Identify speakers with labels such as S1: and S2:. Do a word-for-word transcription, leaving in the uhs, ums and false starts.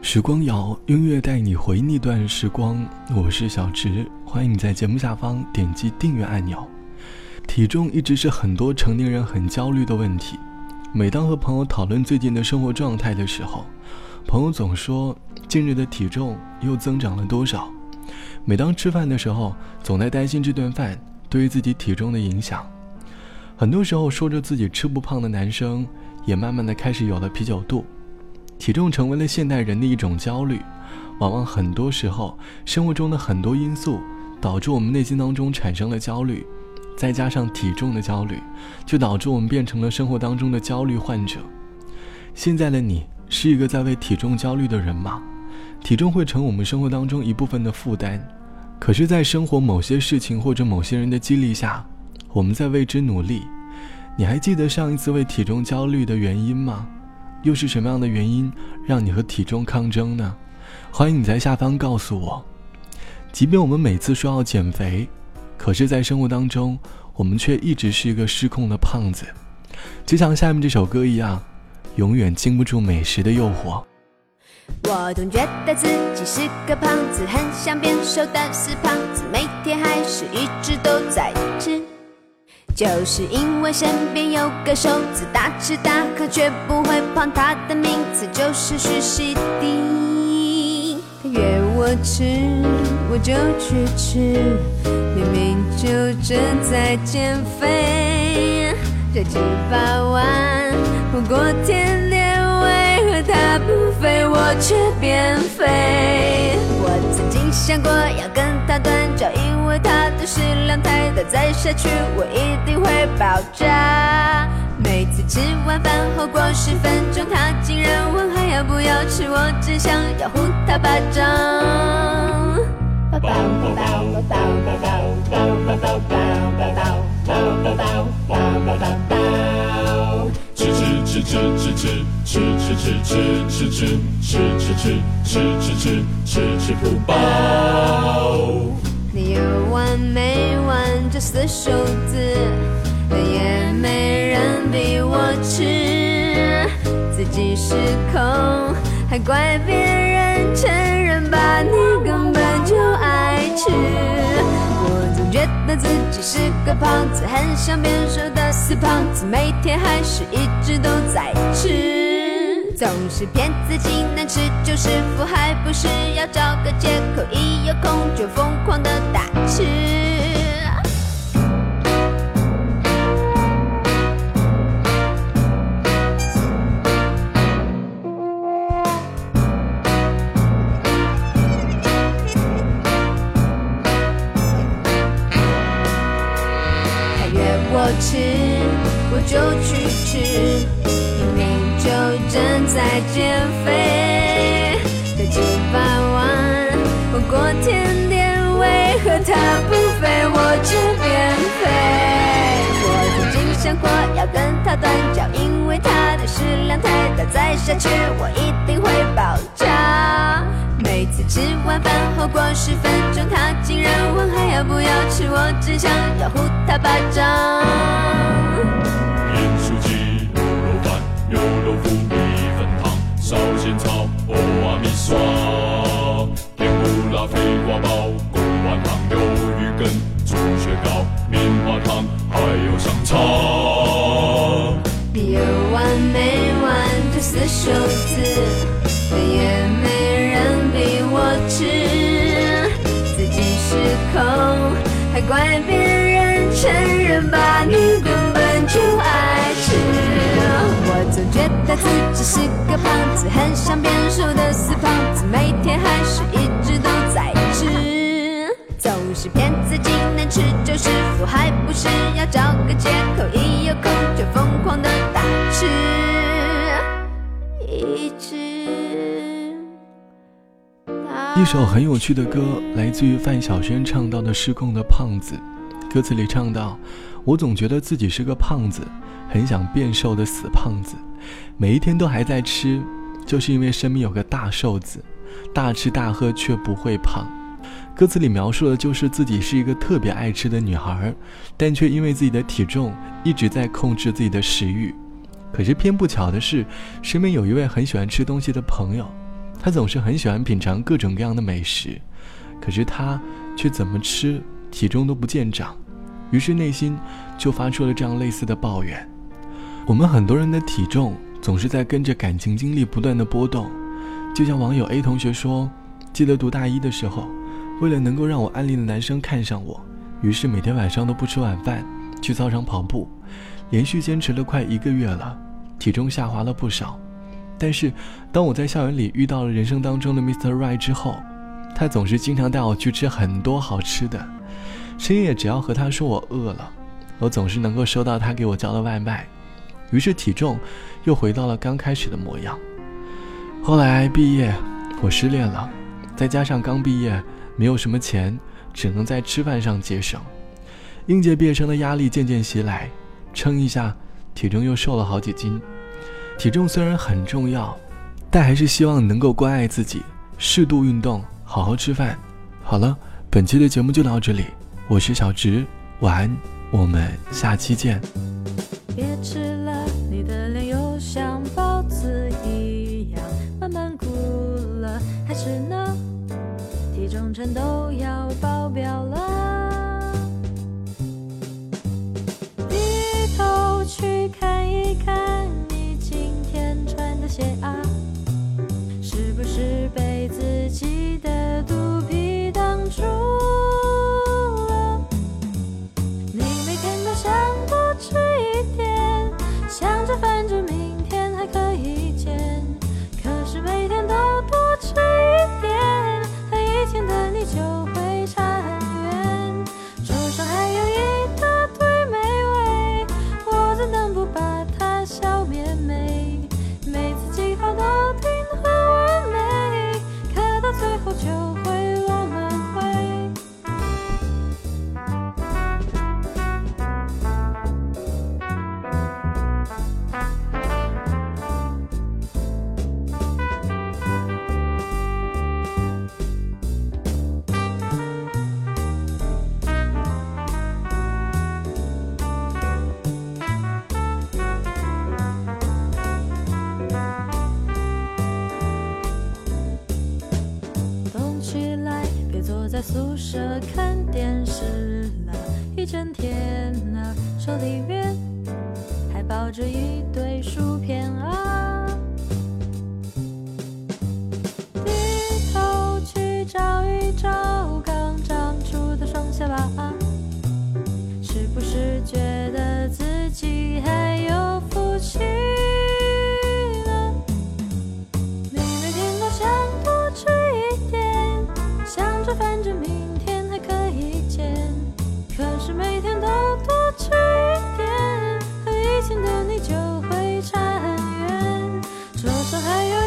S1: 时光谣，音乐带你回那段时光，我是小直，欢迎在节目下方点击订阅按钮。体重一直是很多成年人很焦虑的问题，每当和朋友讨论最近的生活状态的时候，朋友总说近日的体重又增长了多少。每当吃饭的时候，总在担心这顿饭对于自己体重的影响。很多时候说着自己吃不胖的男生，也慢慢的开始有了啤酒肚。体重成为了现代人的一种焦虑，往往很多时候生活中的很多因素导致我们内心当中产生了焦虑，再加上体重的焦虑，就导致我们变成了生活当中的焦虑患者。现在的你是一个在为体重焦虑的人吗？体重会成我们生活当中一部分的负担，可是在生活某些事情或者某些人的激励下，我们在为之努力。你还记得上一次为体重焦虑的原因吗？又是什么样的原因让你和体重抗争呢？欢迎你在下方告诉我。即便我们每次说要减肥，可是在生活当中我们却一直是一个失控的胖子，就像下面这首歌一样，永远经不住美食的诱惑。
S2: 我总觉得自己是个胖子，很想变瘦的死胖子，每天还是一直都在吃，就是因为身边有个瘦子，大吃大喝却不会胖，他的名字就是徐熙娣。他约我吃我就去吃，明明就正在减肥，这吃八碗火锅甜点，为何他不肥我却变肥？我曾经想过要跟他断交，因为他的食量太大，再下去我一定会爆炸。每次吃完饭后过十分钟，他竟然问还要不要吃，我只想要呼他巴掌。抱抱抱抱抱抱抱抱抱抱抱抱抱抱抱，
S3: 吃吃吃吃吃吃吃吃吃吃吃吃吃吃吃吃吃吃吃不饱。
S2: 你有完没完这死瘦子，也没人逼我吃，自己失控还怪别人，承认吧你根本就爱吃。我总觉得自己是个胖子，很想变瘦的死胖子，每天还是一直都在吃，总是骗自己难吃就是福，还不是要找个借口，一有空就疯狂的大吃。我吃我就去吃，明明就正在减肥，再吃八碗火锅甜点，为何他不肥我却变肥？我曾经想过要跟他断交，因为他的食量太大，再下去我一定会爆炸。每次吃完饭后过十分钟，他竟然问还要不要吃，我只想要呼他巴掌。
S3: 盐酥鸡、牛肉饭、牛肉腐、米粉汤、烧仙草、欧阿米刷、甜不辣、肥瓜包、贡丸汤、鱿鱼羹、猪血糕、棉花糖，还有香肠。
S2: 有完没完这死瘦子，也没人逼我吃，自己失控还怪别人，承认吧你根本就爱吃。我总觉得自己是个胖子，很想变瘦的死胖子，每天还是一直都在吃，总是骗自己难吃就是福，还不是要找个借口，一有空就疯狂的大吃，一直。
S1: 一首很有趣的歌，来自于范晓萱唱到的《失控的胖子》。歌词里唱到，我总觉得自己是个胖子，很想变瘦的死胖子，每一天都还在吃，就是因为身边有个大瘦子，大吃大喝却不会胖。歌词里描述的就是自己是一个特别爱吃的女孩，但却因为自己的体重一直在控制自己的食欲。可是偏不巧的是，身边有一位很喜欢吃东西的朋友， 他总是很喜欢品尝各种各样的美食，可是他却怎么吃体重都不见长，于是内心就发出了这样类似的抱怨。我们很多人的体重总是在跟着感情经历不断的波动，就像网友 A 同学说，记得读大一的时候，为了能够让我暗恋的男生看上我，于是每天晚上都不吃晚饭，去操场跑步，连续坚持了快一个月了，体重下滑了不少。但是当我在校园里遇到了人生当中的 Mister Right 之后，他总是经常带我去吃很多好吃的，深夜只要和他说我饿了，我总是能够收到他给我叫的外卖，于是体重又回到了刚开始的模样。后来毕业，我失恋了，再加上刚毕业没有什么钱，只能在吃饭上节省，应届毕业生的压力渐渐袭来，称一下体重又瘦了好几斤。体重虽然很重要，但还是希望能够关爱自己，适度运动，好好吃饭。好了，本期的节目就到这里，我是小直，晚安，我们下期见。
S4: 别吃了，你的脸又像包子一样慢慢鼓了，还是呢，体重秤都要爆表了。低头去看一看你今天穿的鞋啊，是不是被自己的肚皮挡住了？你每天都想多吃一点，想着反正明天还可以减，可是每天都多吃一点，和以前的你就会差很远。桌上还有一大堆美味，我怎能不把它消灭美？每次计划都挺很完美，可到最后就会忘轮回。坐在宿舍看电视了一整天啊，手里面还抱着一堆薯片啊。低头去找一找刚长出的双下巴啊，是不是觉得自己还有福气呢？你每天都想多吃一点，想着反正明天还可以减，可是每天都多吃一点，和以前的你就会差很远。桌上还有